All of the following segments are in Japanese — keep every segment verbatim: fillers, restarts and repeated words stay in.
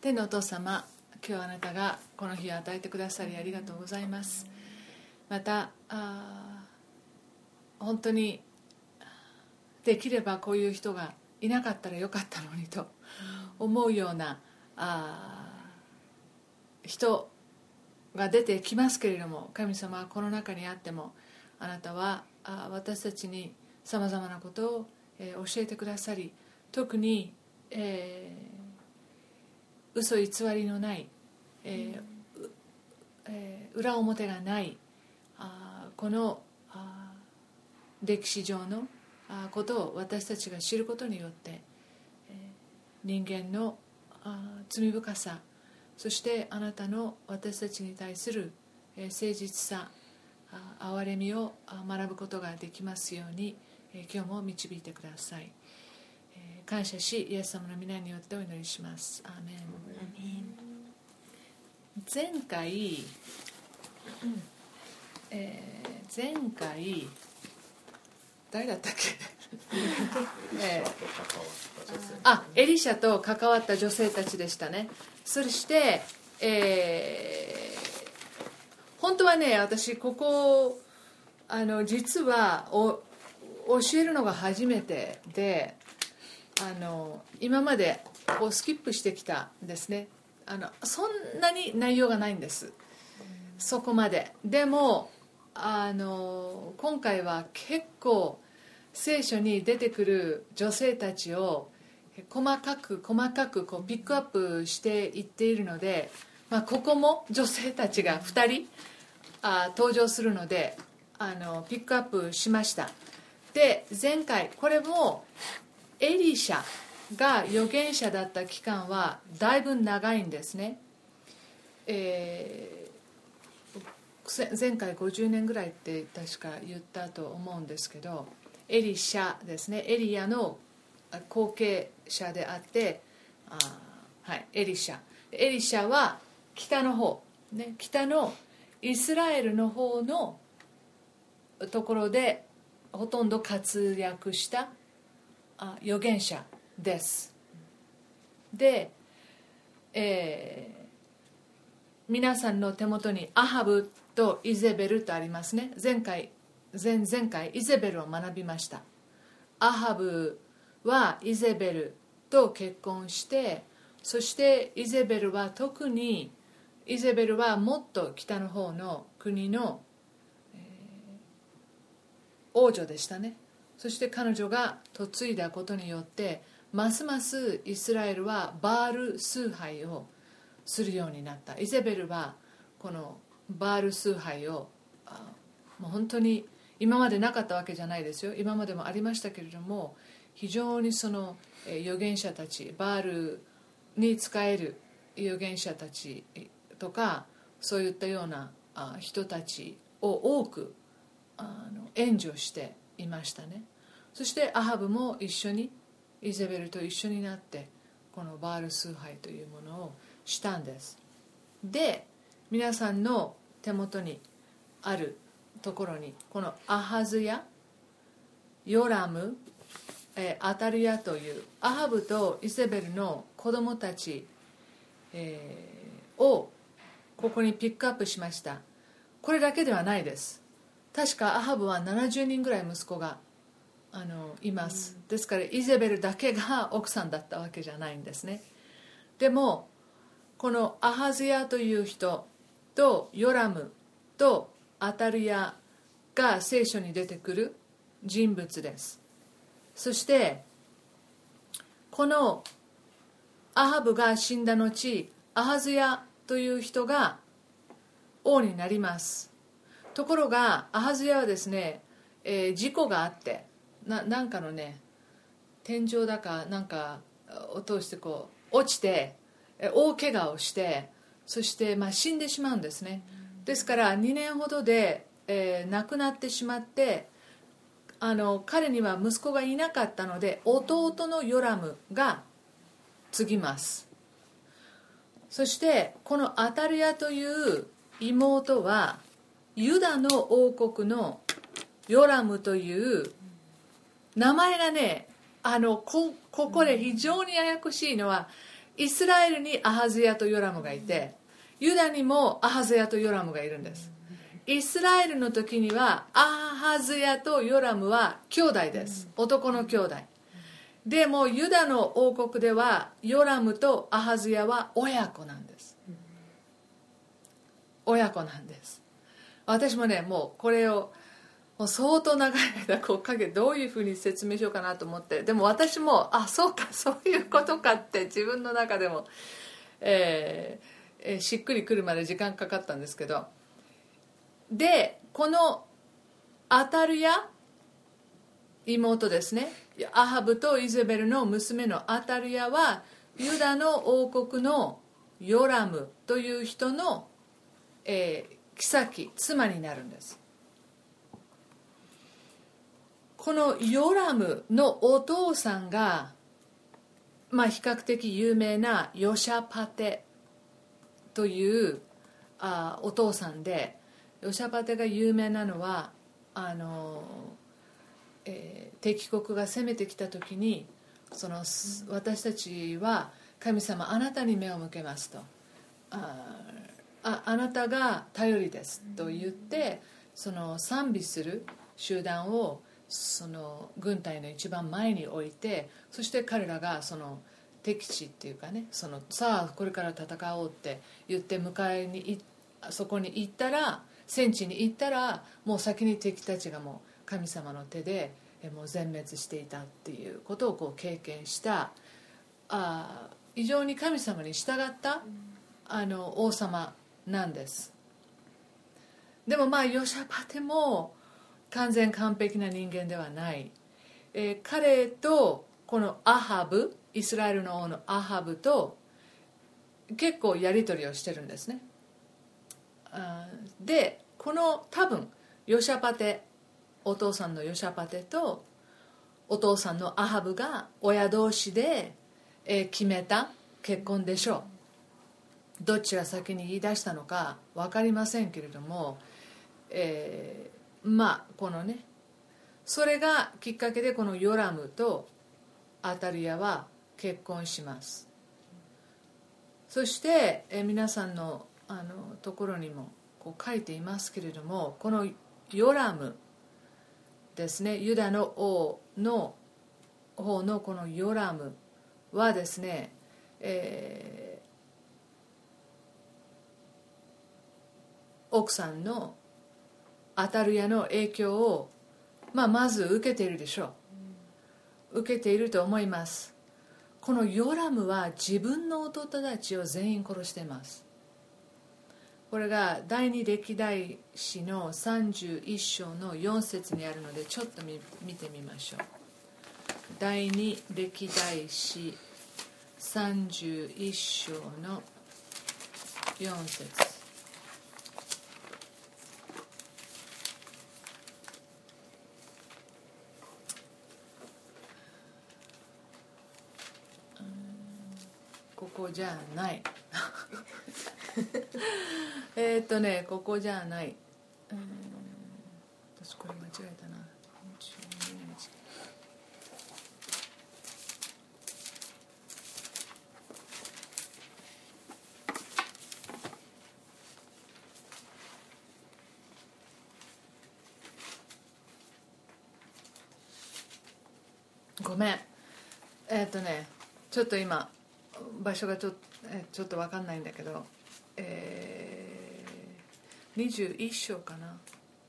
天のお父様、今日あなたがこの日を与えてくださりありがとうございます。またあ本当にできればこういう人がいなかったらよかったのにと思うようなあ人が出てきますけれども、神様はこの中にあってもあなたはあ私たちにさまざまなことを、えー、教えてくださり、特に、えー、嘘偽りのない、えーえー、裏表がないあこのあ歴史上のあことを私たちが知ることによって、えー、人間のあ罪深さ、そしてあなたの私たちに対する、えー、誠実さ、あ憐れみを学ぶことができますように、えー、今日も導いてください。えー、感謝しイエス様の皆によってお祈りします。アーメン。アーメン。前回、えー、前回誰だったっけえー、あエリシャと関わった女性たちでしたね。そして、えー、本当はね、私ここあの実はお教えるのが初めてで、あの今までこうスキップしてきたんですね。あのそんなに内容がないんです、そこまで。でもあの今回は結構聖書に出てくる女性たちを細かく細かくこうピックアップしていっているので、まあ、ここも女性たちがふたりあ登場するのであのピックアップしました。で前回これもエリシャが預言者だった期間はだいぶ長いんですね。えー、前回ごじゅうねんぐらいって確か言ったと思うんですけど、エリシャですね、エリアの後継者であって、あ、はい、エリシャエリシャは北の方、ね、北のイスラエルの方のところでほとんど活躍したあ預言者です。で、えー、皆さんの手元にアハブとイゼベルとありますね。前回前々回イゼベルを学びました。アハブはイゼベルと結婚して、そしてイゼベルは特にイゼベルはもっと北の方の国の、えー、王女でしたね。そして彼女が嫁いだことによってますますイスラエルはバール崇拝をするようになった。イゼベルはこのバール崇拝をもう本当に今までなかったわけじゃないですよ。今までもありましたけれども、非常にその預言者たち、バールに仕える預言者たちとかそういったような人たちを多くあの援助していましたね。そしてアハブも一緒にイゼベルと一緒になってこのバール崇拝というものをしたんです。で皆さんの手元にあるところにこのアハズヤ、ヨラム、えー、アタリヤというアハブとイゼベルの子供たち、えー、をここにピックアップしました。これだけではないです。確かアハブはななじゅうにんぐらい息子があのいます。ですからイゼベルだけが奥さんだったわけじゃないんですね。でもこのアハズヤという人とヨラムとアタリヤが聖書に出てくる人物です。そしてこのアハブが死んだ後、アハズヤという人が王になります。ところがアハズヤはですね、えー、事故があってな、なんかのね天井だかなんかを通してこう落ちて大怪我をして、そしてまあ死んでしまうんですね。ですからにねんほどで、えー、亡くなってしまって、あの彼には息子がいなかったので弟のヨラムが継ぎます。そしてこのアタリヤという妹はユダの王国のヨラムという名前がね、あの こ, ここで非常にややこしいのは、 イスラエルにアハズヤとヨラムがいて、ユダにもアハズヤとヨラムがいるんです。イスラエルの時にはアハズヤとヨラムは兄弟です。男の兄弟でも、ユダの王国ではヨラムとアハズヤは親子なんです。親子なんです。私もね、もうこれをもう相当長い間こうかけどういうふうに説明しようかなと思って、でも私もあそうかそういうことかって自分の中でも、えーえー、しっくりくるまで時間かかったんですけど、でこのアタルヤ、妹ですね、アハブとイゼベルの娘のアタルヤはユダの王国のヨラムという人の、えー、妃、妻になるんです。このヨラムのお父さんが、まあ、比較的有名なヨシャパテというあお父さんで、ヨシャパテが有名なのはあの、えー、敵国が攻めてきた時に、その私たちは神様あなたに目を向けますと、ああ、あなたが頼りですと言って、その賛美する集団をその軍隊の一番前に置いて、そして彼らがその敵地っていうかね、そのさあこれから戦おうって言って迎えにそこに行ったら、戦地に行ったらもう先に敵たちがもう神様の手でもう全滅していたっていうことをこう経験した、あ非常に神様に従ったあの王様なんです。でもまあヨシャパテも完全完璧な人間ではない、えー、彼とこのアハブ、イスラエルの王のアハブと結構やり取りをしてるんですね。あでこの多分ヨシャパテ、お父さんのヨシャパテとお父さんのアハブが親同士で、えー、決めた結婚でしょう。どっちが先に言い出したのか分かりませんけれども、えーまあこのね、それがきっかけでこのヨラムとアタリヤは結婚します。そしてえ皆さんのあのところにもこう書いていますけれども、このヨラムですね、ユダの王の方のこのヨラムはですね、えー、奥さんのアタルヤの影響を、まあ、まず受けているでしょう。受けていると思います。このヨラムは自分の弟たちを全員殺しています。これが第二歴代史のさんじゅういっ章のよん節にあるので、ちょっと 見, 見てみましょう。第二歴代史さんじゅういっ章のよん節。ここじゃないえっとねここじゃない、うん、私これ間違えたな。ごめん、えっとねちょっと今場所がちょっと、ちょっと分かんないんだけど、えー、にじゅういっ章かな。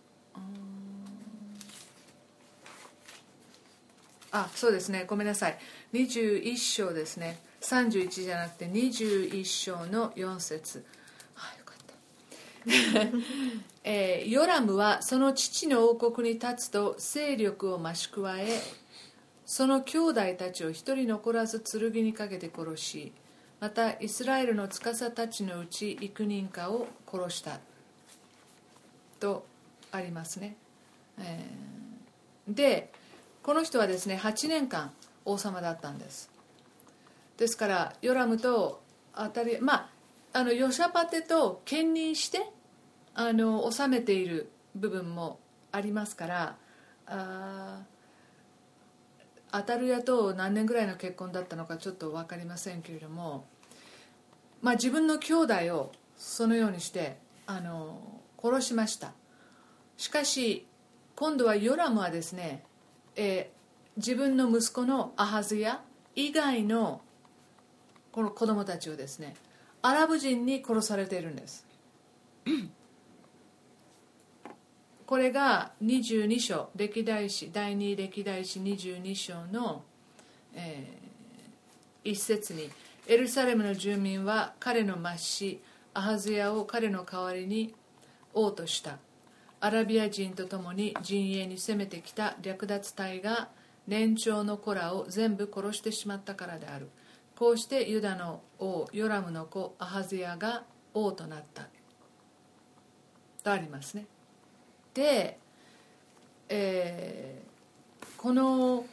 あ、そうですね、ごめんなさい、にじゅういっ章ですね。さんじゅういちじゃなくてにじゅういっ章のよん節。あ、よかった、えー、ヨラムはその父の王国に立つと勢力を増し加え、その兄弟たちを一人残らず剣にかけて殺し、またイスラエルの司たちのうち幾人かを殺したとありますね、えー、でこの人はですねはちねんかん王様だったんです。ですからヨラムとあたり、まああのヨシャパテと兼任してあの治めている部分もありますから、あアタルヤと何年ぐらいの結婚だったのかちょっと分かりませんけれども、 まあ、自分の兄弟をそのようにしてあの殺しました。しかし今度はヨラムはですね、えー自分の息子のアハズヤ以外のこの子供たちをですね、アラブ人に殺されているんです。これがにじゅうに章、歴代史第二歴代史にじゅうに章の、えー、一節に、エルサレムの住民は彼の末子アハズヤを彼の代わりに王とした。アラビア人と共に陣営に攻めてきた略奪隊が年長の子らを全部殺してしまったからである。こうしてユダの王ヨラムの子アハズヤが王となったとありますね。で、えー、この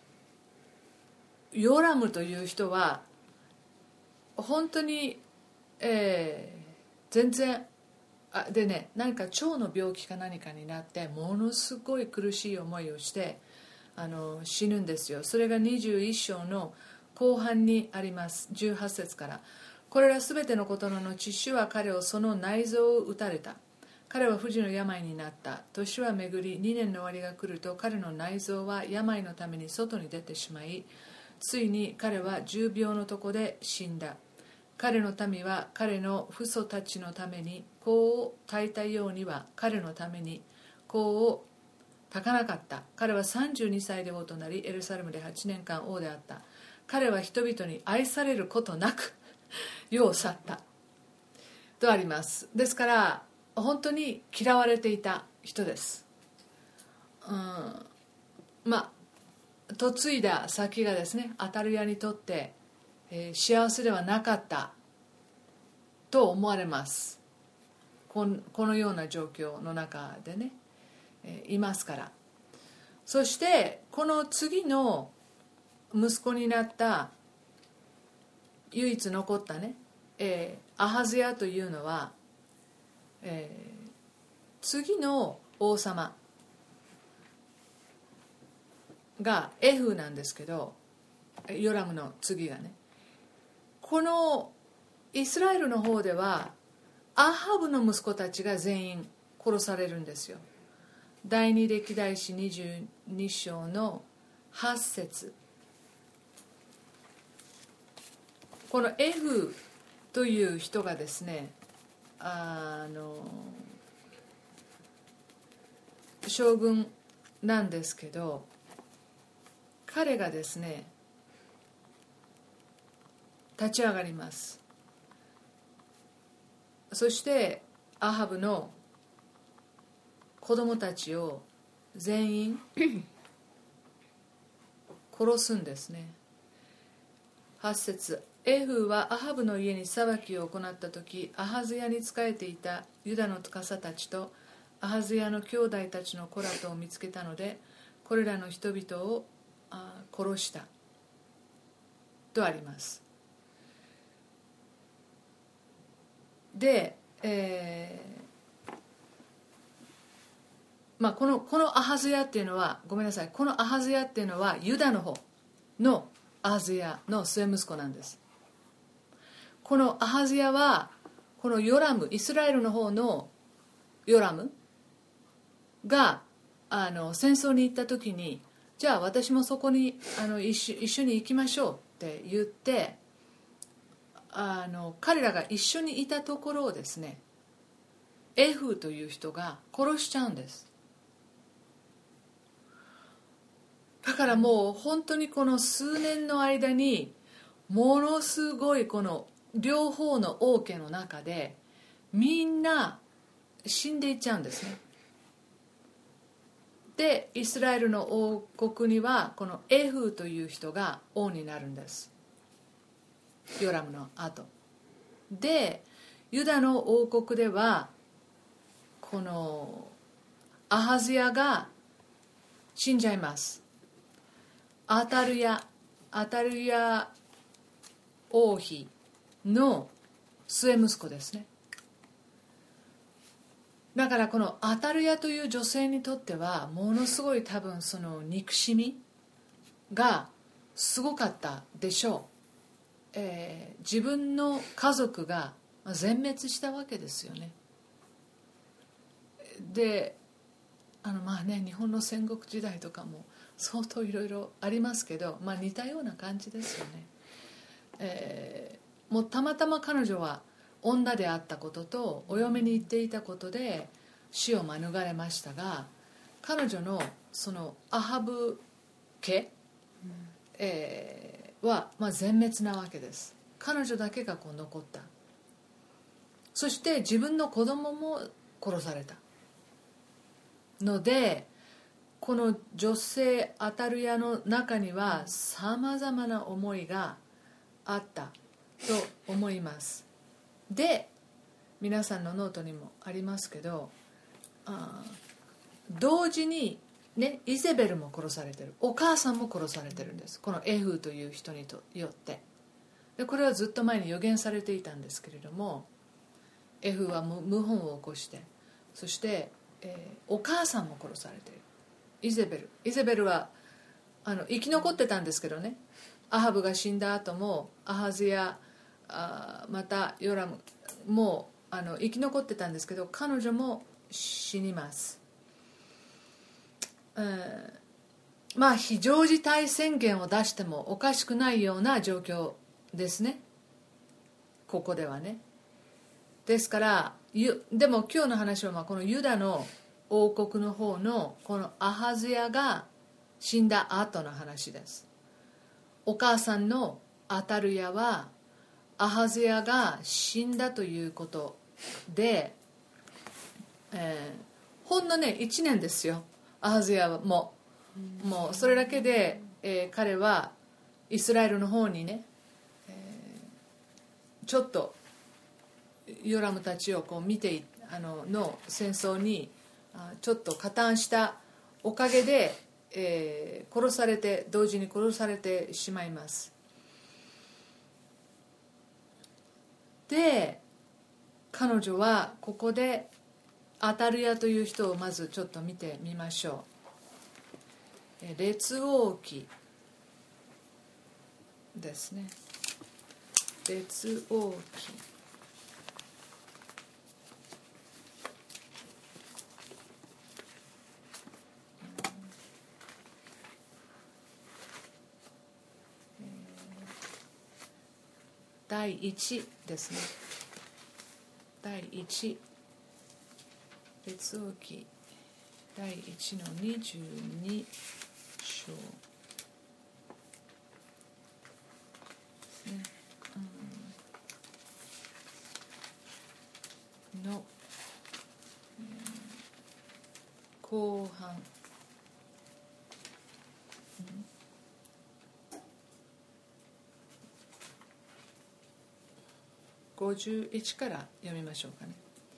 ヨラムという人は本当に、えー、全然あでね、何か腸の病気か何かになってものすごい苦しい思いをしてあの死ぬんですよ。それがにじゅういっ章の後半にあります。じゅうはち節から、これらすべてのことの後、主は彼をその内臓を打たれた。彼は不治の病になった。年は巡りにねんの終わりが来ると、彼の内臓は病のために外に出てしまい、ついに彼は重病のとこで死んだ。彼の民は彼の父祖たちのために香を焚いたようには彼のために香を焚かなかった。彼はさんじゅうにさいで王となり、エルサレムではちねんかん王であった。彼は人々に愛されることなく世を去ったとあります。ですから本当に嫌われていた人です。うん、まあ嫁いだ先がですね、アタルヤにとって、えー、幸せではなかったと思われます。この、このような状況の中でね、えー、いますから。そしてこの次の息子になった唯一残ったね、えー、アハズヤというのは、えー、次の王様がエフなんですけど、ヨラムの次がね、このイスラエルの方ではアハブの息子たちが全員殺されるんですよ。第二歴代史にじゅうに章のはち節、このエフという人がですね、あの将軍なんですけど、彼がですね立ち上がります。そしてアハブの子供たちを全員殺すんですね。はち節、エフはアハブの家に裁きを行った時、アハズヤに仕えていたユダの司たちとアハズヤの兄弟たちの子らとを見つけたので、これらの人々を殺したとあります。で、えーまあ、この、このアハズヤっていうのはごめんなさいこのアハズヤっていうのはユダの方のアハズヤの末息子なんです。このアハズヤはこのヨラム、イスラエルの方のヨラムがあの戦争に行った時に、じゃあ私もそこにあの 一緒、一緒に行きましょうって言って、あの彼らが一緒にいたところをですね、エフという人が殺しちゃうんです。だからもう本当にこの数年の間にものすごいこの両方の王家の中でみんな死んでいっちゃうんですね。でイスラエルの王国にはこのエフという人が王になるんです、ヨラムの後で。ユダの王国ではこのアハズヤが死んじゃいます。アタルヤアタルヤ王妃の末息子ですね。だからこのアタルヤという女性にとってはものすごい多分その憎しみがすごかったでしょえー、自分の家族が全滅したわけですよね。であのまあね日本の戦国時代とかも相当いろいろありますけど、まあ、似たような感じですよね。えー、もうたまたま彼女は女であったこととお嫁に行っていたことで死を免れましたが、彼女のそのアハブ家、うんえー、は、まあ、全滅なわけです。彼女だけがこう残った。そして自分の子供も殺されたので、この女性アタルヤの中にはさまざまな思いがあったと思います。で皆さんのノートにもありますけど、あ同時に、ね、イゼベルも殺されてる、お母さんも殺されてるんです、このエフーという人によって。でこれはずっと前に予言されていたんですけれども、エフーは謀反を起こして、そして、えー、お母さんも殺されている、イゼベル。イゼベルはあの生き残ってたんですけどね、アハブが死んだ後もアハズやあまたヨラムもあの生き残ってたんですけど、彼女も死にます。うん、まあ非常事態宣言を出してもおかしくないような状況ですね、ここではね。ですからでも今日の話はまあこのユダの王国の方のこのアハズヤが死んだ後の話です。お母さんのアタルヤはアハズヤが死んだということで、えー、ほんのねいちねんですよ。アハズヤももうそれだけで、えー、彼はイスラエルの方にね、えー、ちょっとヨラムたちをこう見てあのの戦争にちょっと加担したおかげで、えー、殺されて同時に殺されてしまいます。で彼女はここでアタルヤという人をまずちょっと見てみましょう。列王記ですね。列王記だいいちですね。だいいち列王記だいいちのにじゅうに章ですね、うん、の、えー、後半、うんごじゅういちから読みましょうかね。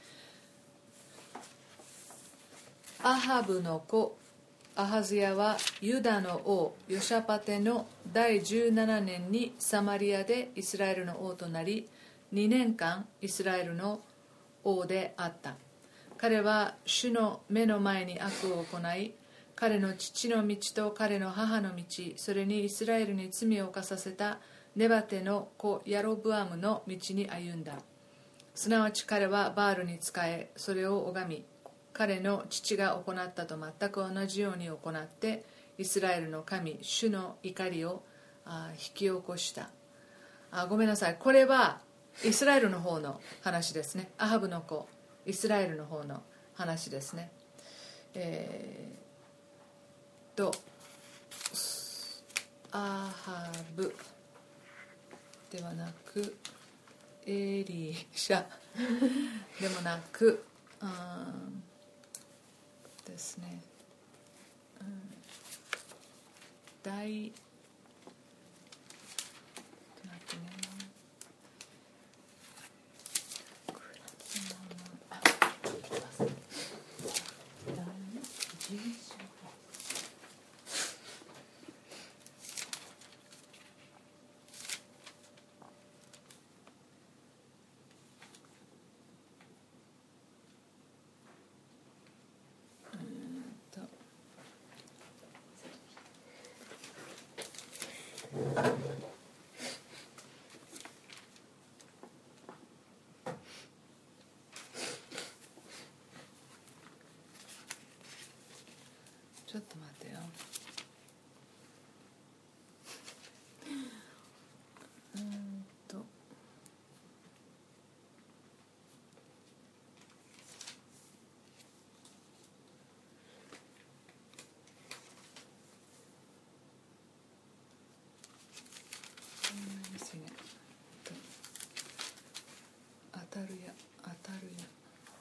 アハブの子アハズヤはユダの王ヨシャパテのだいじゅうななねんにサマリアでイスラエルの王となり、にねんかんイスラエルの王であった。彼は主の目の前に悪を行い、彼の父の道と彼の母の道、それにイスラエルに罪を犯させたネバテの子ヤロブアムの道に歩んだ。すなわち彼はバールに仕え、それを拝み、彼の父が行ったと全く同じように行って、イスラエルの神主の怒りを引き起こした。あごめんなさい、これはイスラエルの方の話ですね。アハブの子イスラエルの方の話ですね。えー、とアハブではなくエリシャでもなく、うんですね、うん、大ちょっと待ってよ。うーんと当たるや当たるや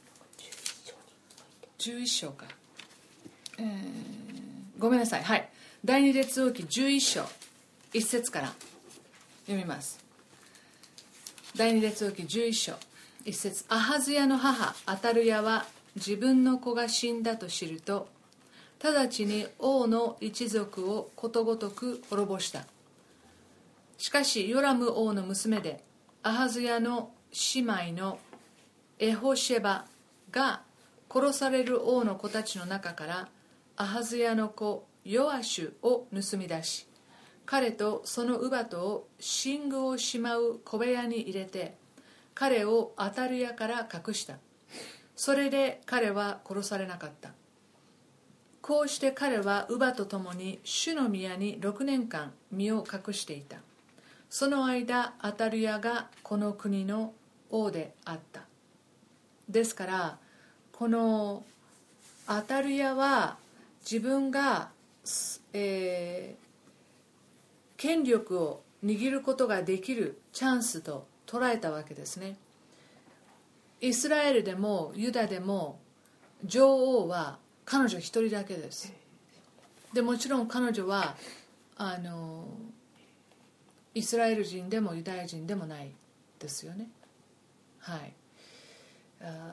じゅういっ章か、えー、ごめんなさい。はい、第二列王記じゅういっ章いっ節から読みます。第二列王記じゅういっ章いっ節。アハズヤの母アタルヤは自分の子が死んだと知ると、直ちに王の一族をことごとく滅ぼした。しかしヨラム王の娘でアハズヤの姉妹のエホシェバが殺される王の子たちの中からアハズヤの子ヨアシュを盗み出し、彼とその乳母を寝具をしまう小部屋に入れて、彼をアタルヤから隠した。それで彼は殺されなかった。こうして彼は乳母と共に主の宮にろくねんかん身を隠していた。その間アタルヤがこの国の王であった。ですからこのアタルヤは自分が、えー、権力を握ることができるチャンスと捉えたわけですね。イスラエルでもユダでも女王は彼女一人だけです。でもちろん彼女はあのイスラエル人でもユダヤ人でもないですよね。はい。あ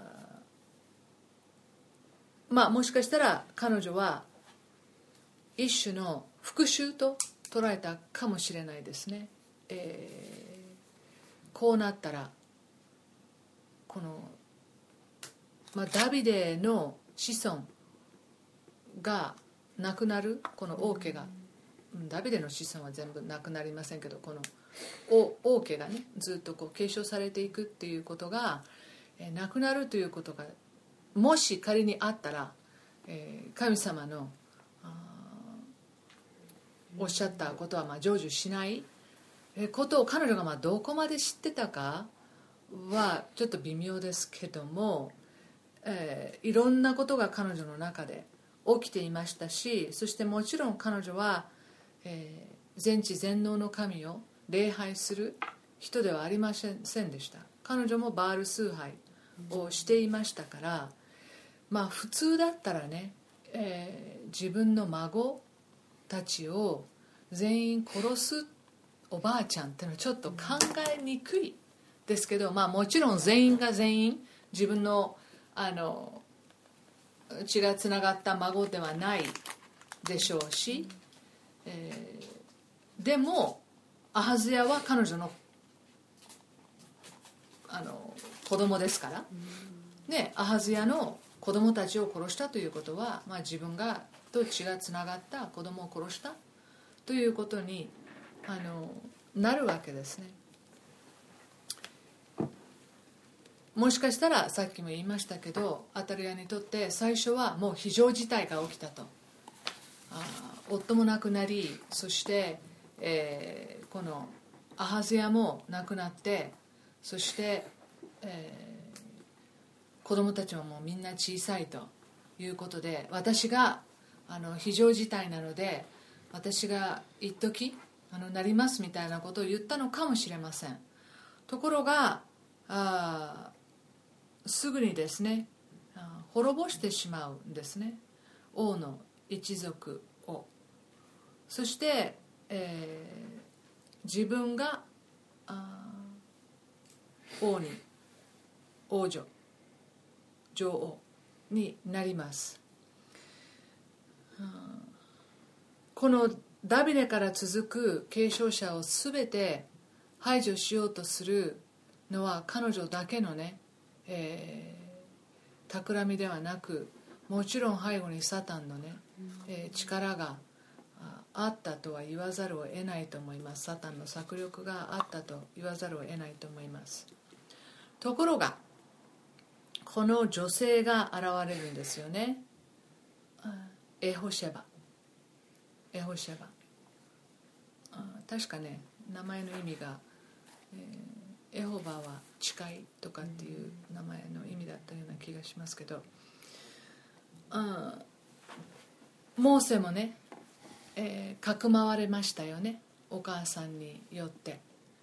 まあもしかしたら彼女は一種の復讐と捉えたかもしれないですね。えー、こうなったらこの、まあ、ダビデの子孫が亡くなる、この王家が、ダビデの子孫は全部亡くなりませんけど、この王家がねずっとこう継承されていくっていうことが、えー、なくなるということがもし仮にあったら、えー、神様のおっしゃったことはまあ成就しないことを彼女がまあどこまで知ってたかはちょっと微妙ですけども、えー、いろんなことが彼女の中で起きていましたし、そしてもちろん彼女は、えー、全知全能の神を礼拝する人ではありませんでした。彼女もバール崇拝をしていましたから、まあ普通だったらね、えー、自分の孫たちを全員殺すおばあちゃんっていうのはちょっと考えにくいですけど、まあもちろん全員が全員自分のあの血がつながった孫ではないでしょうし、えー、でもアハズヤは彼女のあの子供ですから、ね、アハズヤの子供たちを殺したということは、まあ、自分がと血がつながった子供を殺したということにあのなるわけですね。もしかしたらさっきも言いましたけど、アタルヤにとって最初はもう非常事態が起きたと。あ夫も亡くなり、そして、えー、このアハズヤも亡くなって、そして、えー、子供たちももうみんな小さいということで、私があの非常事態なので私が一時あのなりますみたいなことを言ったのかもしれません。ところがあすぐにですね滅ぼしてしまうんですね、王の一族を。そして、えー、自分が王に王女女王になります。このダビデから続く継承者を全て排除しようとするのは彼女だけのね、えー、企みではなく、もちろん背後にサタンのね、えー、力があったとは言わざるを得ないと思います。サタンの策略があったと言わざるを得ないと思います。ところがこの女性が現れるんですよね。 エホシェバエホシェバあ確かね名前の意味が、えー、エホバは近いとかっていう名前の意味だったような気がしますけど、あモーセもね、えー、かくまわれましたよね、お母さんによって。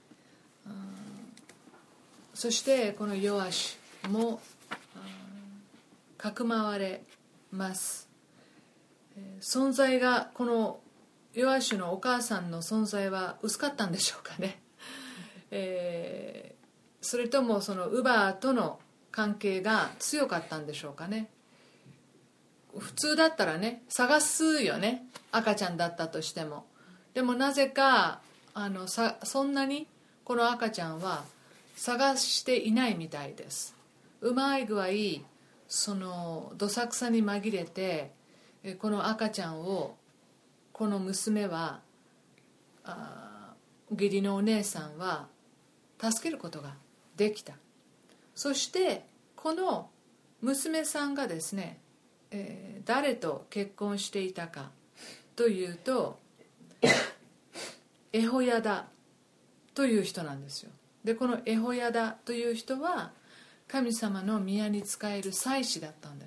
そしてこのヨアシもかくまわれます。存在がこのヨアシのお母さんの存在は薄かったんでしょうかね、えー、それともその乳母との関係が強かったんでしょうかね。普通だったらね探すよね、赤ちゃんだったとしても。でもなぜかあのさそんなにこの赤ちゃんは探していないみたいです。うまい具合そのどさくさに紛れてこの赤ちゃんをこの娘はあ義理のお姉さんは助けることができた。そしてこの娘さんがですね、えー、誰と結婚していたかというとエホヤダという人なんですよ。でこのエホヤダという人は神様の宮に仕える祭司だったんです。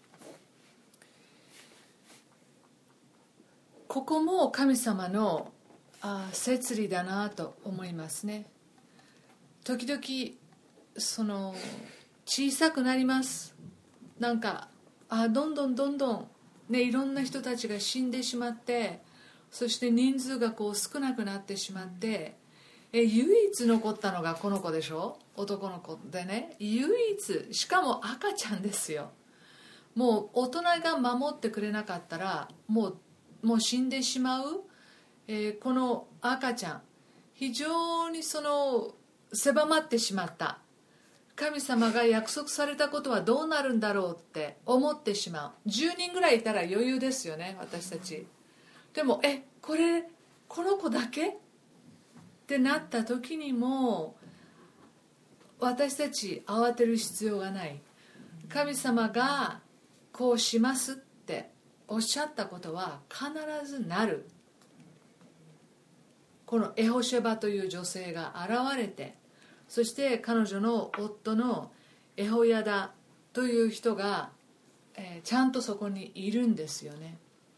ここも神様のあ摂理だなと思いますね。時々その小さくなります。なんかあどんどんどんどん、ね、いろんな人たちが死んでしまって、そして人数がこう少なくなってしまって、え唯一残ったのがこの子でしょ、男の子でね、唯一、しかも赤ちゃんですよ。もう大人が守ってくれなかったらもうもう死んでしまう、えー、この赤ちゃん非常にその狭まってしまった。神様が約束されたことはどうなるんだろうって思ってしまう。じゅうにんぐらいいたら余裕ですよね、私たち。でもえこれこの子だけってなった時にも私たち慌てる必要がない。神様がこうしますっておっしゃったことは必ずなる。このエホシェバという女性が現れて、そして彼女の夫のエホヤダという人が、えー、ちゃんとそこにいるんですよね。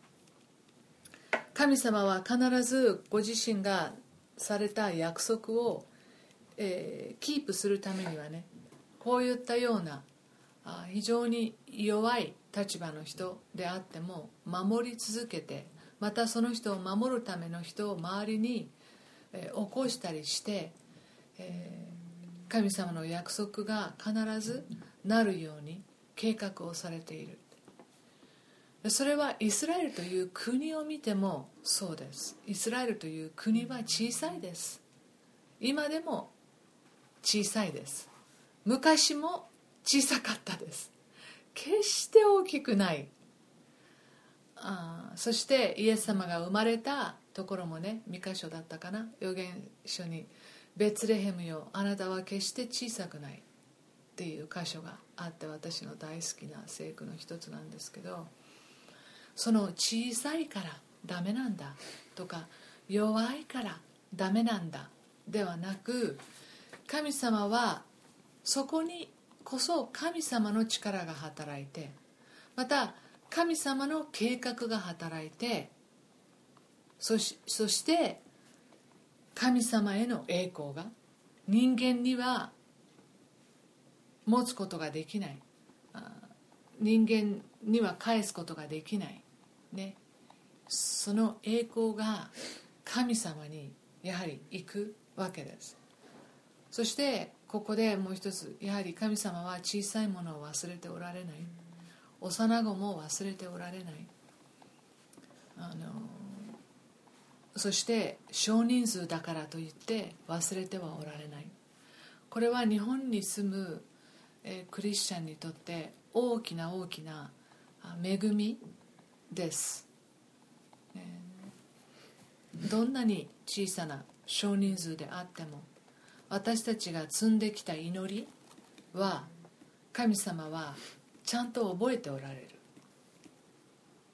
神様は必ずご自身がされた約束を、えー、キープするためにはね、こういったようなあ非常に弱い立場の人であっても守り続けて、またその人を守るための人を周りに、えー、起こしたりして、えー、神様の約束が必ずなるように計画をされている。それはイスラエルという国を見てもそうです。イスラエルという国は小さいです。今でも小さいです。昔も小さかったです。決して大きくない。あそしてイエス様が生まれたところもね、ミカ書だったかな、預言書にベツレヘムよあなたは決して小さくないっていう箇所があって、私の大好きな聖句の一つなんですけど、その小さいからダメなんだとか弱いからダメなんだではなく、神様はそこにこそ神様の力が働いて、また神様の計画が働いて、そし、そして神様への栄光が人間には持つことができない、人間には返すことができないね、その栄光が神様にやはり行くわけです。そしてここでもう一つ、やはり神様は小さいものを忘れておられない、幼子も忘れておられない、あのそして少人数だからといって忘れてはおられない。これは日本に住む、えー、クリスチャンにとって大きな大きな恵みです、えー、どんなに小さな少人数であっても私たちが積んできた祈りは神様はちゃんと覚えておられる。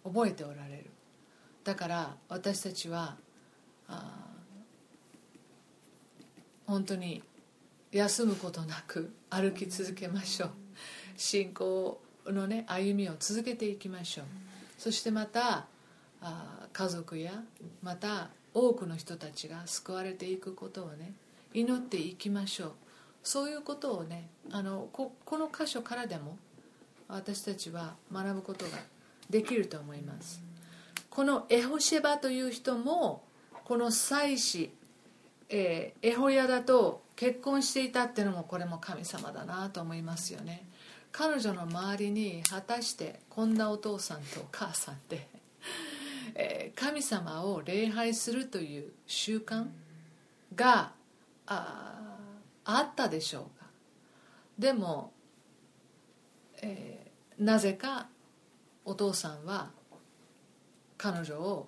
覚えておられる。だから私たちはあ本当に休むことなく歩き続けましょう。信仰のね歩みを続けていきましょう。そしてまたあ家族やまた多くの人たちが救われていくことをね祈っていきましょう。そういうことをねあの こ, この箇所からでも私たちは学ぶことができると思います。このエホシェバという人もこの祭司、えー、エホヤダと結婚していたっていうのもこれも神様だなと思いますよね。彼女の周りに果たしてこんなお父さんとお母さんで、えー、神様を礼拝するという習慣が あ, あったでしょうか。でも、えー、なぜかお父さんは彼女を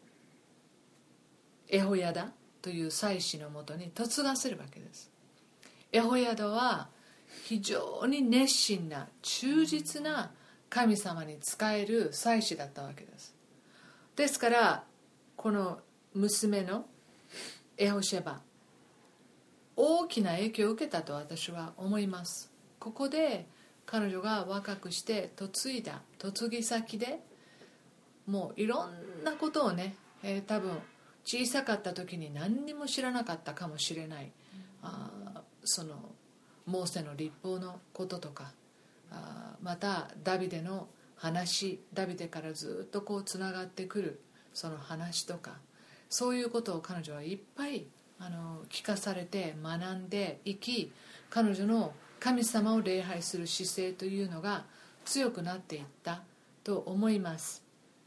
エホヤダという祭司のもとに嫁がせるわけです。エホヤダは非常に熱心な忠実な神様に仕える祭司だったわけです。ですからこの娘のエホシェバ大きな影響を受けたと私は思います。ここで彼女が若くして嫁いだ嫁ぎ先でもういろんなことをね、えー、多分小さかった時に何にも知らなかったかもしれない、うん、あそのモーセの律法のこととかあまたダビデの話ダビデからずっとこうつながってくるその話とかそういうことを彼女はいっぱいあの聞かされて学んでいき彼女の神様を礼拝する姿勢というのが強くなっていったと思います。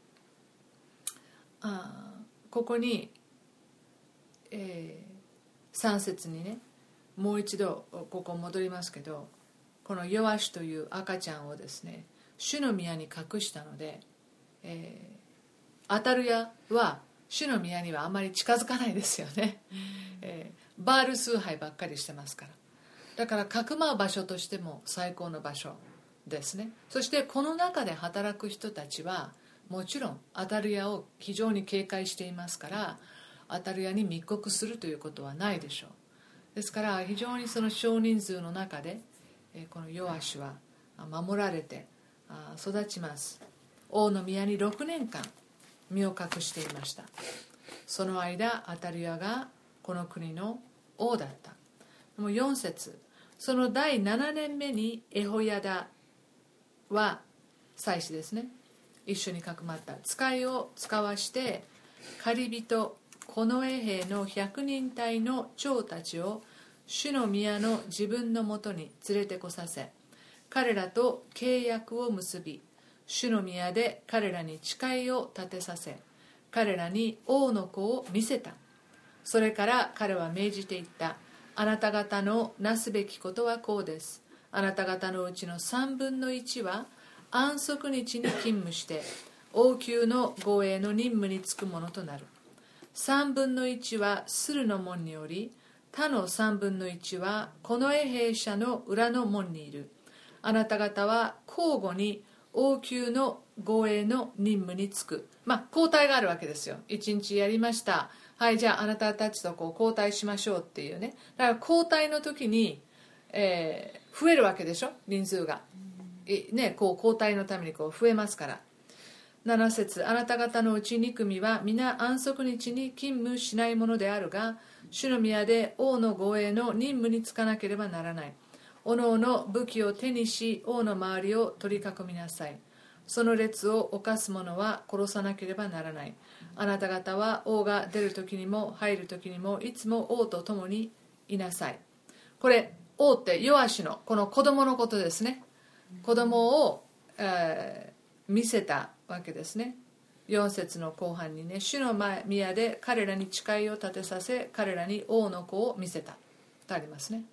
あここに、えー、さん節にねもう一度ここ戻りますけどこのヨアシュという赤ちゃんをですね主の宮に隠したので、えー、アタルヤは主の宮にはあまり近づかないですよね、えー、バール崇拝ばっかりしてますからだからかくまう場所としても最高の場所ですね。そしてこの中で働く人たちはもちろんアタルヤを非常に警戒していますからアタルヤに密告するということはないでしょう。ですから非常にその少人数の中でこのヨアシュは守られて育ちます。王の宮にろくねんかん身を隠していました。その間アタルヤがこの国の王だった。もうよん節そのだいななねんめにエホヤダは祭司ですね一緒にかくまった使いを使わして借り人近衛兵のひゃくにん隊の長たちを主の宮の自分のもとに連れてこさせ彼らと契約を結び主の宮で彼らに誓いを立てさせ彼らに王の子を見せた。それから彼は命じていった。あなた方のなすべきことはこうです。あなた方のうちのさんぶんのいちは安息日に勤務して王宮の護衛の任務に就くものとなる。さんぶんのいちは駿の門により他のさんぶんのいちは近衛兵舎の裏の門にいる。あなた方は交互に王宮の護衛の任務に就く。まあ交代があるわけですよ。いちにちやりました、はいじゃああなたたちとこう交代しましょうっていうね。だから交代の時に、えー、増えるわけでしょ人数が、ね、こう交代のためにこう増えますから。なな節あなた方のうちに組は皆安息日に勤務しないものであるが主の宮で王の護衛の任務に就かなければならない。おのおの武器を手にし王の周りを取り囲みなさい。その列を犯す者は殺さなければならない。あなた方は王が出る時にも入る時にもいつも王と共にいなさい。これ王ってヨアシュのこの子供のことですね。子供を、えー、見せたわけですね。よん節の後半にね主の宮で彼らに誓いを立てさせ彼らに王の子を見せたとありますね。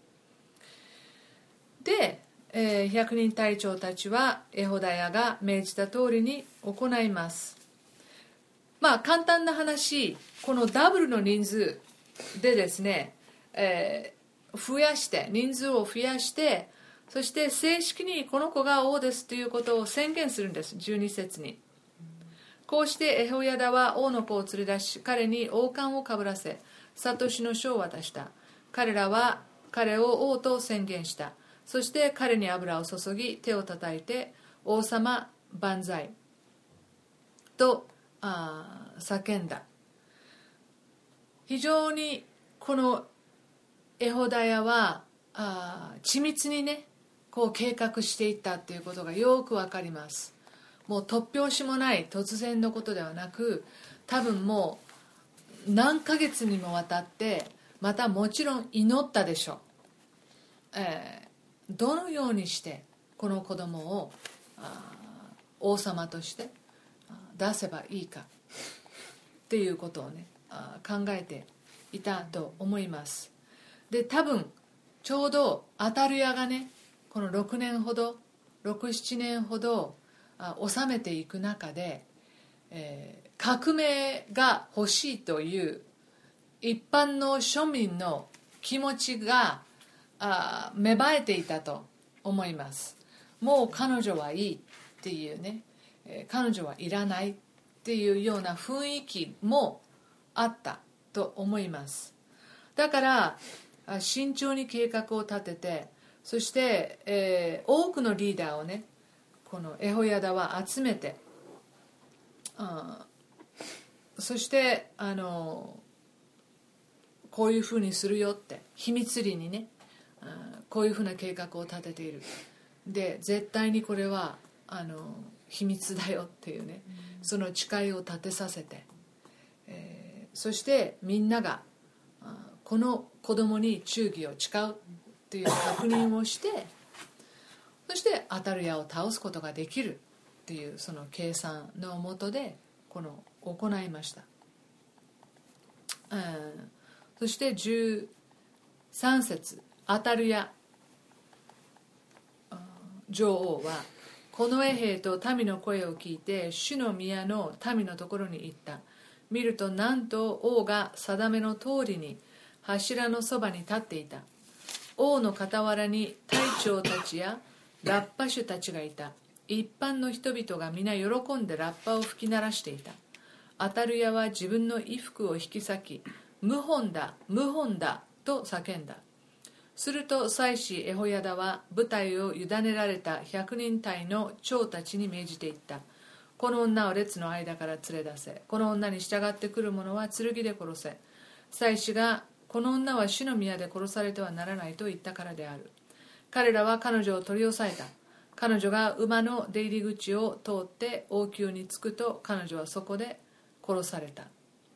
で、えー、ひゃくにん隊長たちはエホダヤが命じた通りに行います。まあ簡単な話このダブルの人数でですね、えー、増やして人数を増やしてそして正式にこの子が王ですということを宣言するんです。じゅうに節にこうしてエホヤダは王の子を連れ出し、彼に王冠をかぶらせ、諭しの書を渡した。彼らは彼を王と宣言した。そして彼に油を注ぎ、手を叩いて、王様万歳とあ叫んだ。非常にこのエホダヤはあ緻密にね、こう計画していったということがよくわかります。もう突拍子もない突然のことではなく、多分もう何ヶ月にもわたって、またもちろん祈ったでしょう。えー、どのようにしてこの子供を王様として出せばいいかっていうことをね考えていたと思います。で、多分ちょうどアタルヤがね、このろくねんほどろく、ななねんほど治めていく中で、えー、革命が欲しいという一般の庶民の気持ちがあ芽生えていたと思います。もう彼女はいいっていうね、えー、彼女はいらないっていうような雰囲気もあったと思います。だから慎重に計画を立てて、そして、えー、多くのリーダーをね、このエホヤダは集めて、あそしてあのこういうふうにするよって秘密裏にね、こういうふうな計画を立てている。で、絶対にこれはあの秘密だよっていうね、その誓いを立てさせて、えー、そしてみんながこの子供に忠義を誓うっていう確認をして、そしてアタルヤを倒すことができるっていうその計算のもとでこの行いました。うん、そしてじゅうさん節、アタルヤ女王はこの衛兵と民の声を聞いて主の宮の民のところに行った。見るとなんと王が定めの通りに柱のそばに立っていた。王の傍らに隊長たちやラッパ手たちがいた。一般の人々が皆喜んでラッパを吹き鳴らしていた。アタルヤは自分の衣服を引き裂き、謀反だ謀反だと叫んだ。すると祭司エホヤダは部隊を委ねられた百人隊の長たちに命じていった。この女を列の間から連れ出せ。この女に従ってくる者は剣で殺せ。祭司がこの女は主の宮で殺されてはならないと言ったからである。彼らは彼女を取り押さえた。彼女が馬の出入り口を通って王宮に着くと彼女はそこで殺された。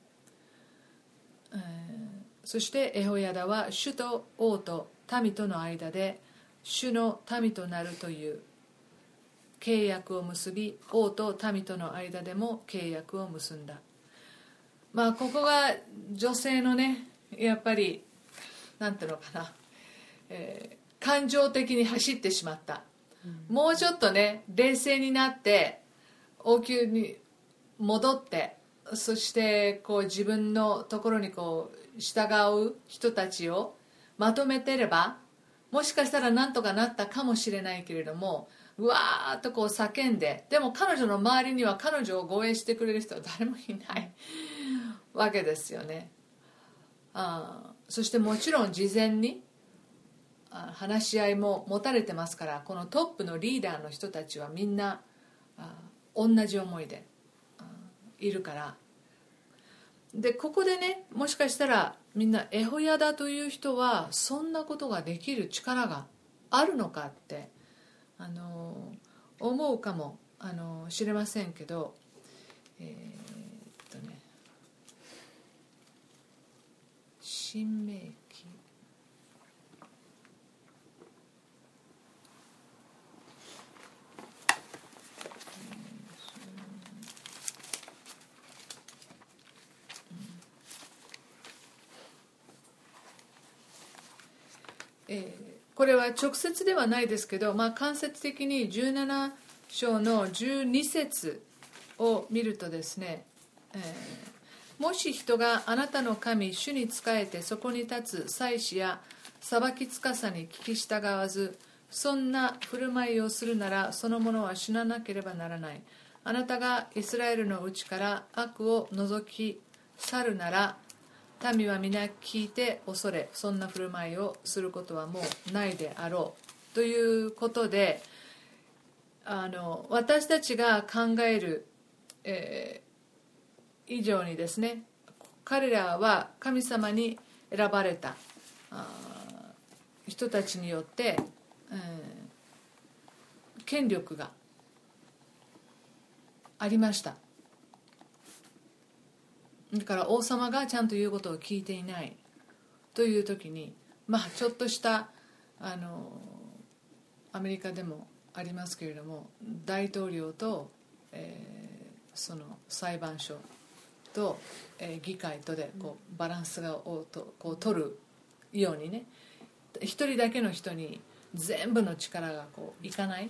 えー、そしてエホヤダは主と王と民との間で主の民となるという契約を結び、王と民との間でも契約を結んだ。まあここが女性のね、やっぱりなんていうのかな、えー、感情的に走ってしまった、うん、もうちょっとね冷静になって王宮に戻って、そしてこう自分のところにこう従う人たちをまとめてれば、もしかしたら何とかなったかもしれないけれども、うわーっとこう叫んで、でも彼女の周りには彼女を護衛してくれる人は誰もいないわけですよね。あそしてもちろん事前に話し合いも持たれてますから、このトップのリーダーの人たちはみんな同じ思いでいるから。でここでね、もしかしたらみんなエホヤダという人はそんなことができる力があるのかってあの思うかもあの知れませんけど、えー、っとね新明記えー、これは直接ではないですけど、まあ、間接的にじゅうなな章のじゅうに節を見るとですね、えー、もし人があなたの神主に仕えてそこに立つ祭司や裁きつかさに聞き従わずそんな振る舞いをするなら、その者は死ななければならない。 あなたがイスラエルのうちから悪を除き去るなら、民は皆聞いて恐れ、そんな振る舞いをすることはもうないであろうということで、あの私たちが考える、えー、以上にですね、彼らは神様に選ばれた人たちによって、えー、権力がありました。だから王様がちゃんと言うことを聞いていないという時に、まあちょっとしたあのアメリカでもありますけれども、大統領と、えー、その裁判所と、えー、議会とでこうバランスがをとこう取るようにね、一人だけの人に全部の力がこういかない、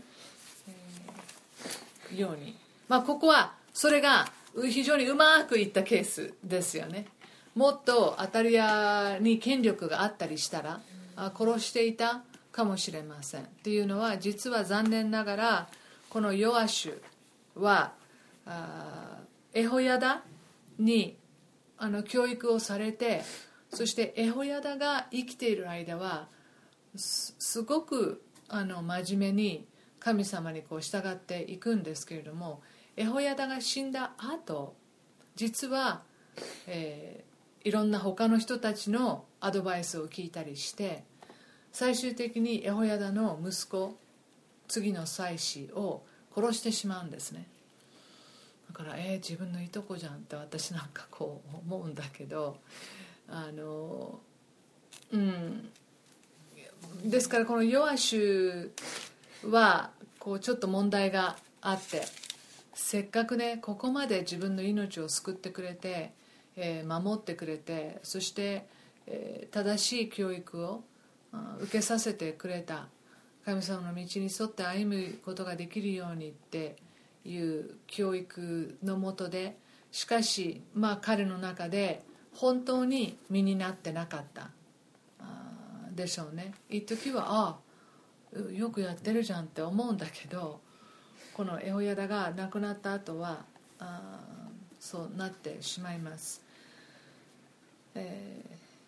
えー、ように、まあここはそれが非常にうまくいったケースですよね。もっと当たり屋に権力があったりしたら殺していたかもしれません。っていうのは、実は残念ながらこのヨアシュはあエホヤダにあの教育をされて、そしてエホヤダが生きている間は す, すごくあの真面目に神様にこう従っていくんですけれども、エホヤダが死んだ後、実は、えー、いろんな他の人たちのアドバイスを聞いたりして、最終的にエホヤダの息子、次の祭司を殺してしまうんですね。だからえー、自分のいとこじゃんって私なんかこう思うんだけど、あのうんですからこのヨアシュはこうちょっと問題があって、せっかくねここまで自分の命を救ってくれて、えー、守ってくれて、そして、えー、正しい教育を受けさせてくれた、神様の道に沿って歩むことができるようにっていう教育のもとで、しかしまあ彼の中で本当に身になってなかったでしょうね。一時はああよくやってるじゃんって思うんだけど、このエホヤダが亡くなった後はあそうなってしまいます。え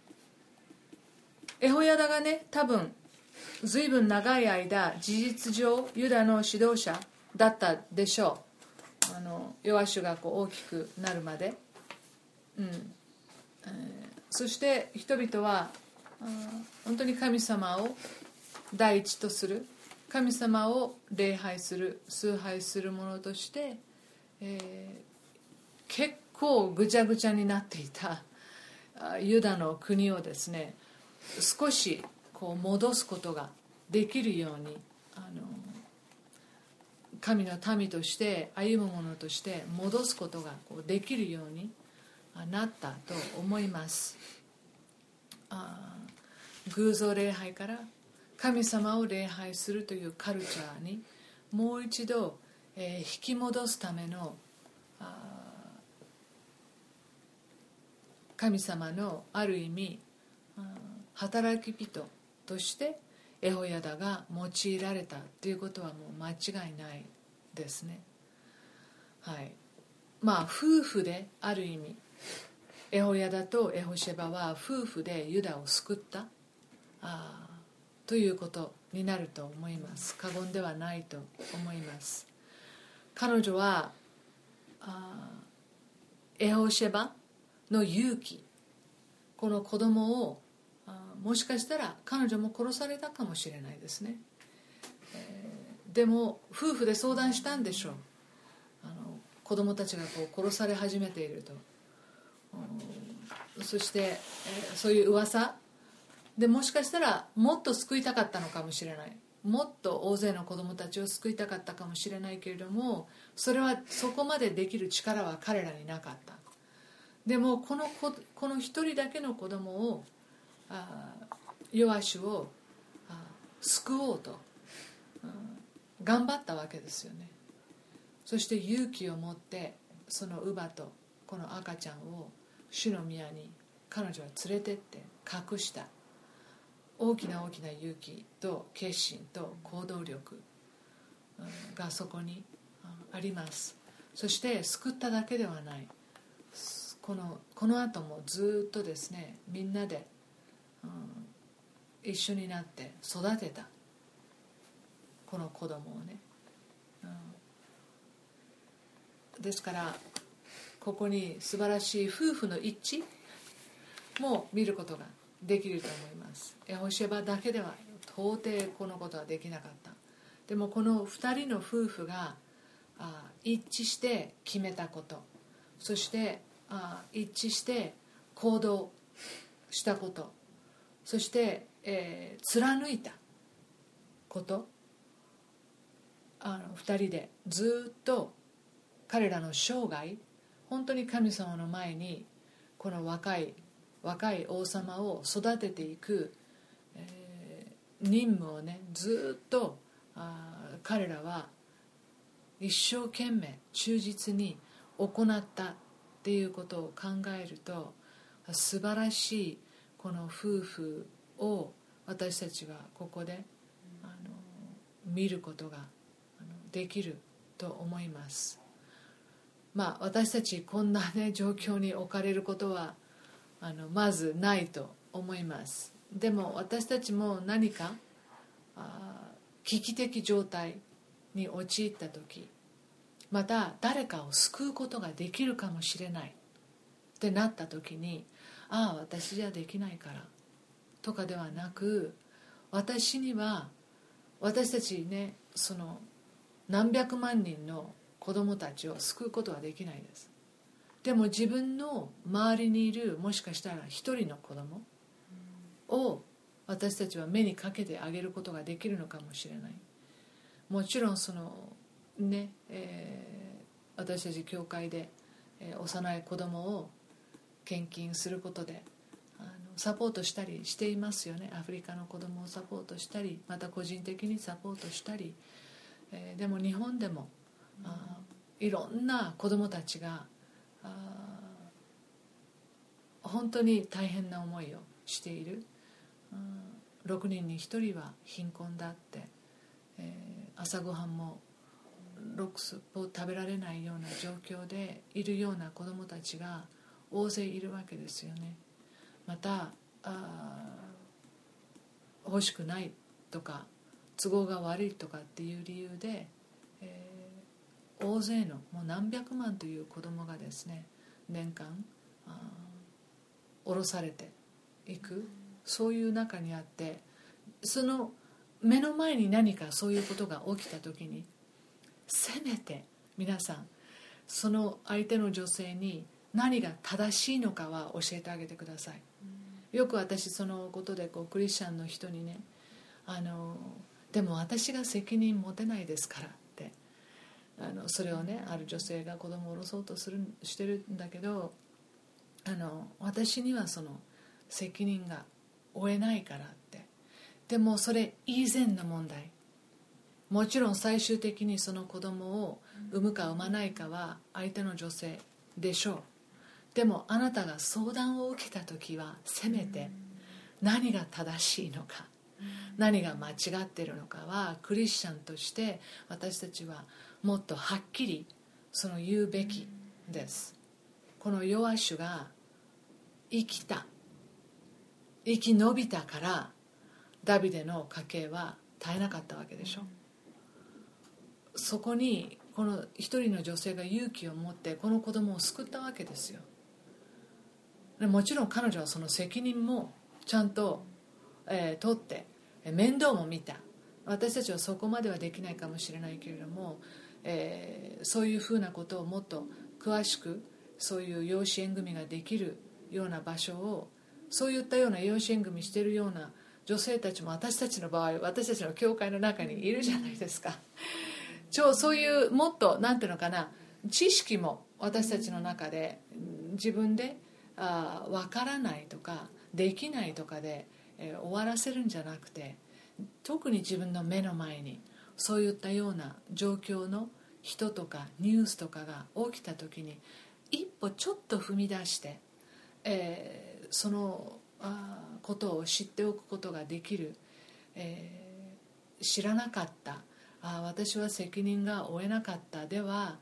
ー、エホヤダがね多分ずいぶん長い間事実上ユダの指導者だったでしょう。あのヨアシュがこう大きくなるまで、うんえー、そして人々は本当に神様を第一とする、神様を礼拝する、崇拝するものとして、えー、結構ぐちゃぐちゃになっていたユダの国をですね、少しこう戻すことができるように、あの神の民として歩む者として戻すことがこうできるようになったと思います。あ偶像礼拝から神様を礼拝するというカルチャーにもう一度、えー、引き戻すための神様のある意味働き人としてエホヤダが用いられたということはもう間違いないですね。はい、まあ夫婦である意味エホヤダとエホシェバは夫婦でユダを救ったあということになると思います。過言ではないと思います。彼女はあエホシェバの勇気、この子供をあもしかしたら彼女も殺されたかもしれないですね、えー、でも夫婦で相談したんでしょう。あの子供たちがこう殺され始めていると、そして、えー、そういう噂でもしかしたらもっと救いたかったのかもしれない、もっと大勢の子供たちを救いたかったかもしれないけれども、それはそこまでできる力は彼らになかった。でもこの子、この一人だけの子供をあヨアシュをあ救おうと、うん、頑張ったわけですよね。そして勇気を持ってその乳母とこの赤ちゃんを主の宮に彼女は連れてって隠した。大きな大きな勇気と決心と行動力がそこにあります。 そして救っただけではない、この、この後もずっとですね、みんなで、うん、一緒になって育てたこの子供をね、うん、ですからここに素晴らしい夫婦の一致も見ることができると思います。エホシェバだけでは到底このことはできなかった。でもこのふたりの夫婦があ一致して決めたこと、そしてあ一致して行動したこと、そして、えー、貫いたこと、あのふたりでずっと彼らの生涯、本当に神様の前にこの若い若い王様を育てていく、えー、任務をね、ずっとあ彼らは一生懸命忠実に行ったっていうことを考えると、素晴らしいこの夫婦を私たちはここであの見ることができると思います。まあ私たちこんなね状況に置かれることはあのまずないと思います。でも私たちも何かあ危機的状態に陥った時、また誰かを救うことができるかもしれないってなった時に、ああ私じゃできないからとかではなく、私には私たちね、その何百万人の子供たちを救うことはできないです。でも自分の周りにいる、もしかしたら一人の子供を私たちは目にかけてあげることができるのかもしれない。もちろんそのね、えー、私たち教会で、えー、幼い子供を献金することであのサポートしたりしていますよね。アフリカの子供をサポートしたり、また個人的にサポートしたり、えー、でも日本でもあいろんな子供たちがあ本当に大変な思いをしている。ろくにんにひとりは貧困だって、えー、朝ごはんもろくすっぽ食べられないような状況でいるような子どもたちが大勢いるわけですよね。またあ欲しくないとか都合が悪いとかっていう理由で、えー、大勢のもう何百万という子どもがですね、年間あ降ろされていく、そういう中にあって、その目の前に何かそういうことが起きた時に、せめて皆さんその相手の女性に何が正しいのかは教えてあげてください。よく私そのことでこうクリスチャンの人にね、あのでも私が責任持てないですからってあのそれをね、ある女性が子供を下ろそうとするしてるんだけど、あの私にはその責任が負えないからって。でもそれ以前の問題、もちろん最終的にその子供を産むか産まないかは相手の女性でしょう。でもあなたが相談を受けた時はせめて何が正しいのか何が間違っているのかはクリスチャンとして私たちはもっとはっきりその言うべきです。このヨアシュが生きた生き延びたからダビデの家系は絶えなかったわけでしょ。そこにこの一人の女性が勇気を持ってこの子供を救ったわけですよ。でもちろん彼女はその責任もちゃんと、えー、取って面倒も見た。私たちはそこまではできないかもしれないけれども、えー、そういうふうなことをもっと詳しくそういう養子縁組ができるような場所を、そういったような養子縁組しているような女性たちも私たちの場合、私たちの教会の中にいるじゃないですか。超そういうもっとなんていうのかな、知識も私たちの中で自分であ分からないとかできないとかで、えー、終わらせるんじゃなくて、特に自分の目の前にそういったような状況の人とかニュースとかが起きた時に一歩ちょっと踏み出して、えー、そのあことを知っておくことができる、えー、知らなかった、あ私は責任が負えなかったでは、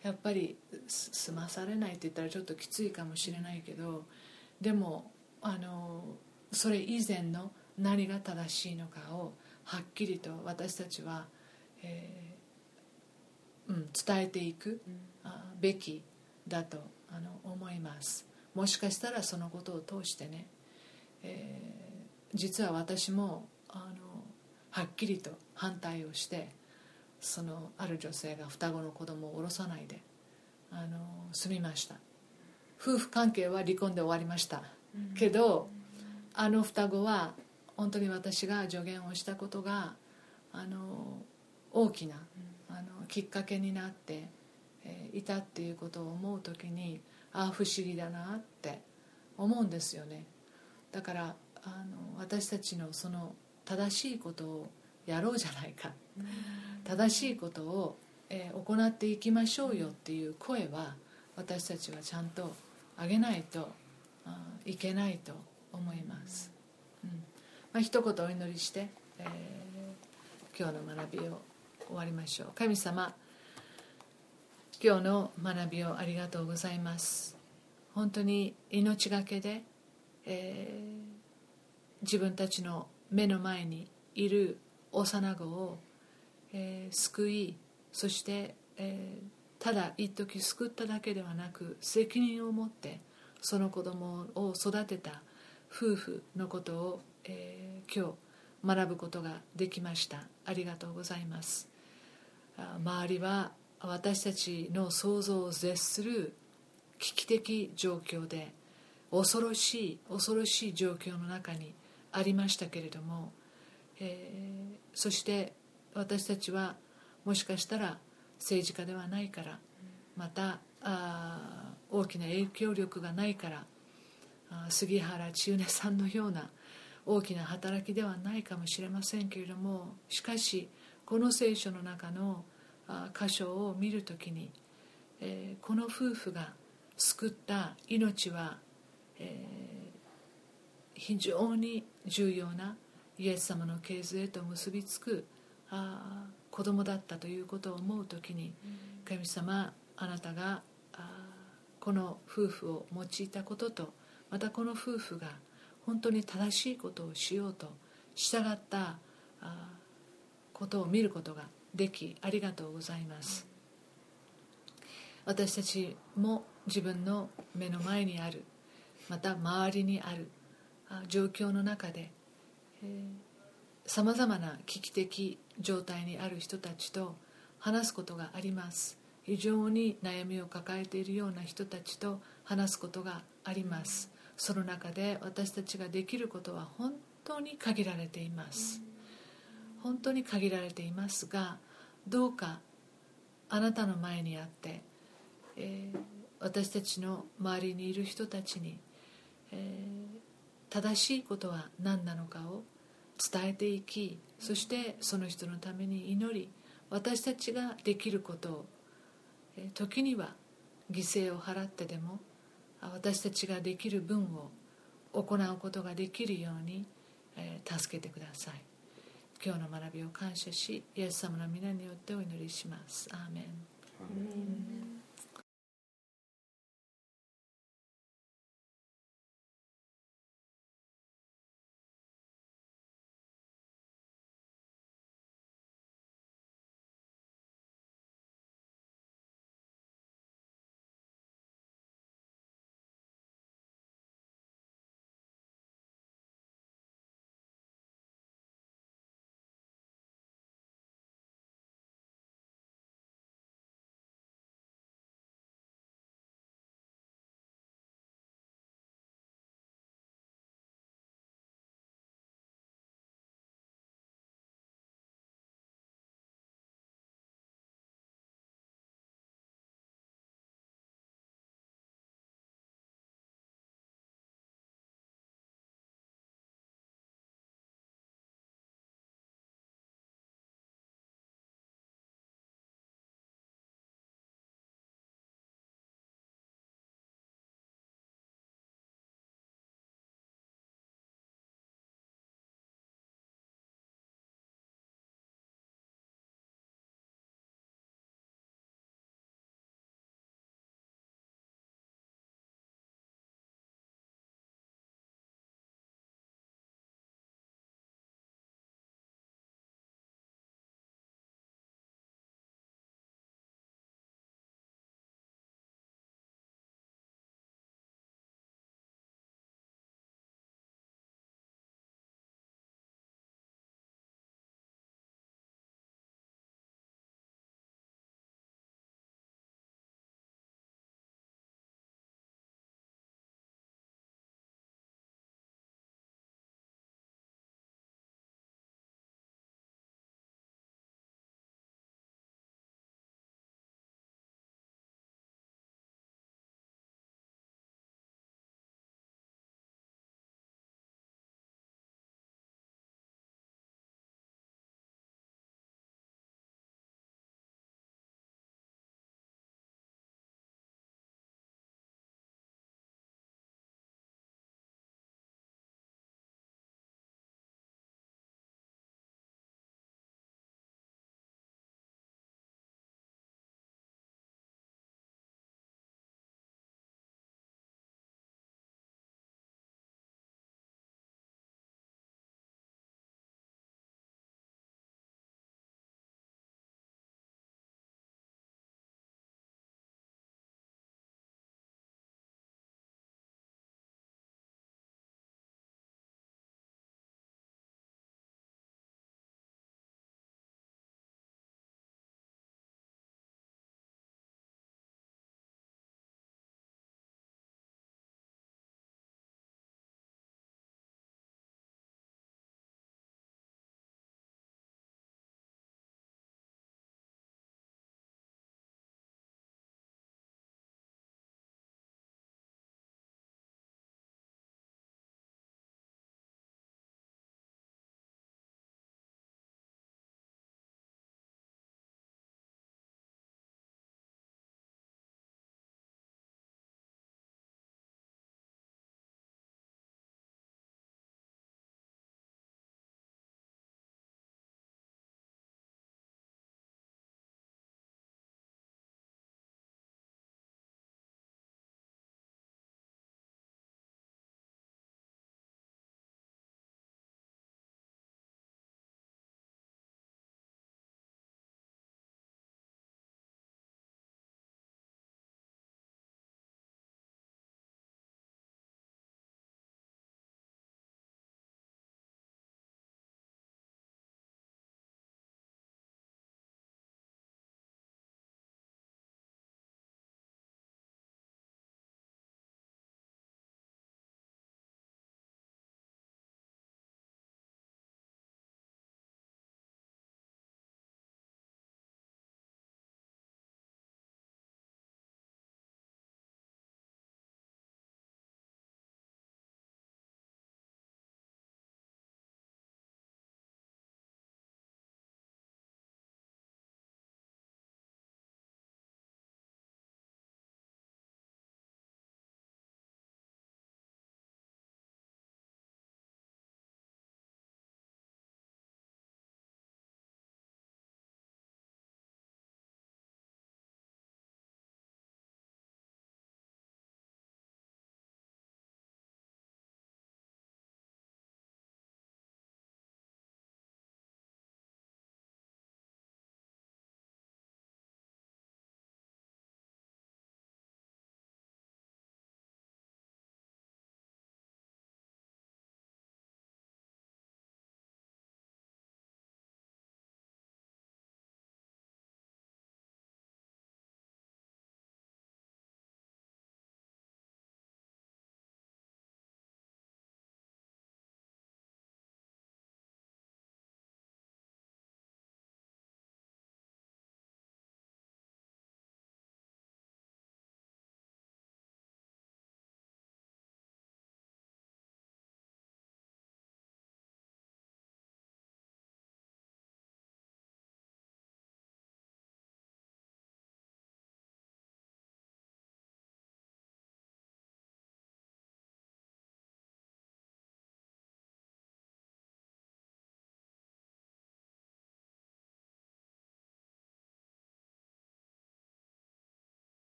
やっぱり済まされないって言ったらちょっときついかもしれないけど、でもあのそれ以前の何が正しいのかをはっきりと私たちは、えーうん、伝えていく、うん、べきだとあの思います。もしかしたらそのことを通してね、えー、実は私もあのはっきりと反対をして、そのある女性が双子の子供を下ろさないであの済みました。夫婦関係は離婚で終わりました、うん、けどあの双子は本当に私が助言をしたことがあの大きなあのきっかけになって、えー、いたっていうことを思うときに、ああ不思議だなって思うんですよね。だからあの私たちのその正しいことをやろうじゃないか、うん、正しいことを、えー、行っていきましょうよっていう声は私たちはちゃんと上げないとあいけないと思います、うんまあ、一言お祈りして、えー、今日の学びを終わりましょう。神様、今日の学びをありがとうございます。本当に命がけで、えー、自分たちの目の前にいる幼子を、えー、救い、そして、えー、ただ一時救っただけではなく責任を持ってその子供を育てた夫婦のことを、えー、今日学ぶことができました。ありがとうございます。周りは私たちの想像を絶する危機的状況で、恐ろしい恐ろしい状況の中にありましたけれども、えー、そして私たちはもしかしたら政治家ではないから、またあ大きな影響力がないから、あ杉原千畝さんのような大きな働きではないかもしれませんけれども、しかしこの聖書の中の箇所を見るときに、えー、この夫婦が救った命は、えー、非常に重要なイエス様の系図へと結びつくあ子供だったということを思うときに、神様、あなたがあこの夫婦を用いたことと、またこの夫婦が本当に正しいことをしようと従ったあことを見ることができ、ありがとうございます。私たちも自分の目の前にある、また周りにある状況の中でさまざまな危機的状態にある人たちと話すことがあります。非常に悩みを抱えているような人たちと話すことがあります。その中で私たちができることは本当に限られています。本当に限られていますが、どうかあなたの前にあって、えー、私たちの周りにいる人たちに、えー、正しいことは何なのかを伝えていき、そしてその人のために祈り、私たちができることを、えー、時には犠牲を払ってでも私たちができる分を行うことができるように、えー、助けてください。今日の学びを感謝し、イエス様の皆によってお祈りします。アーメン。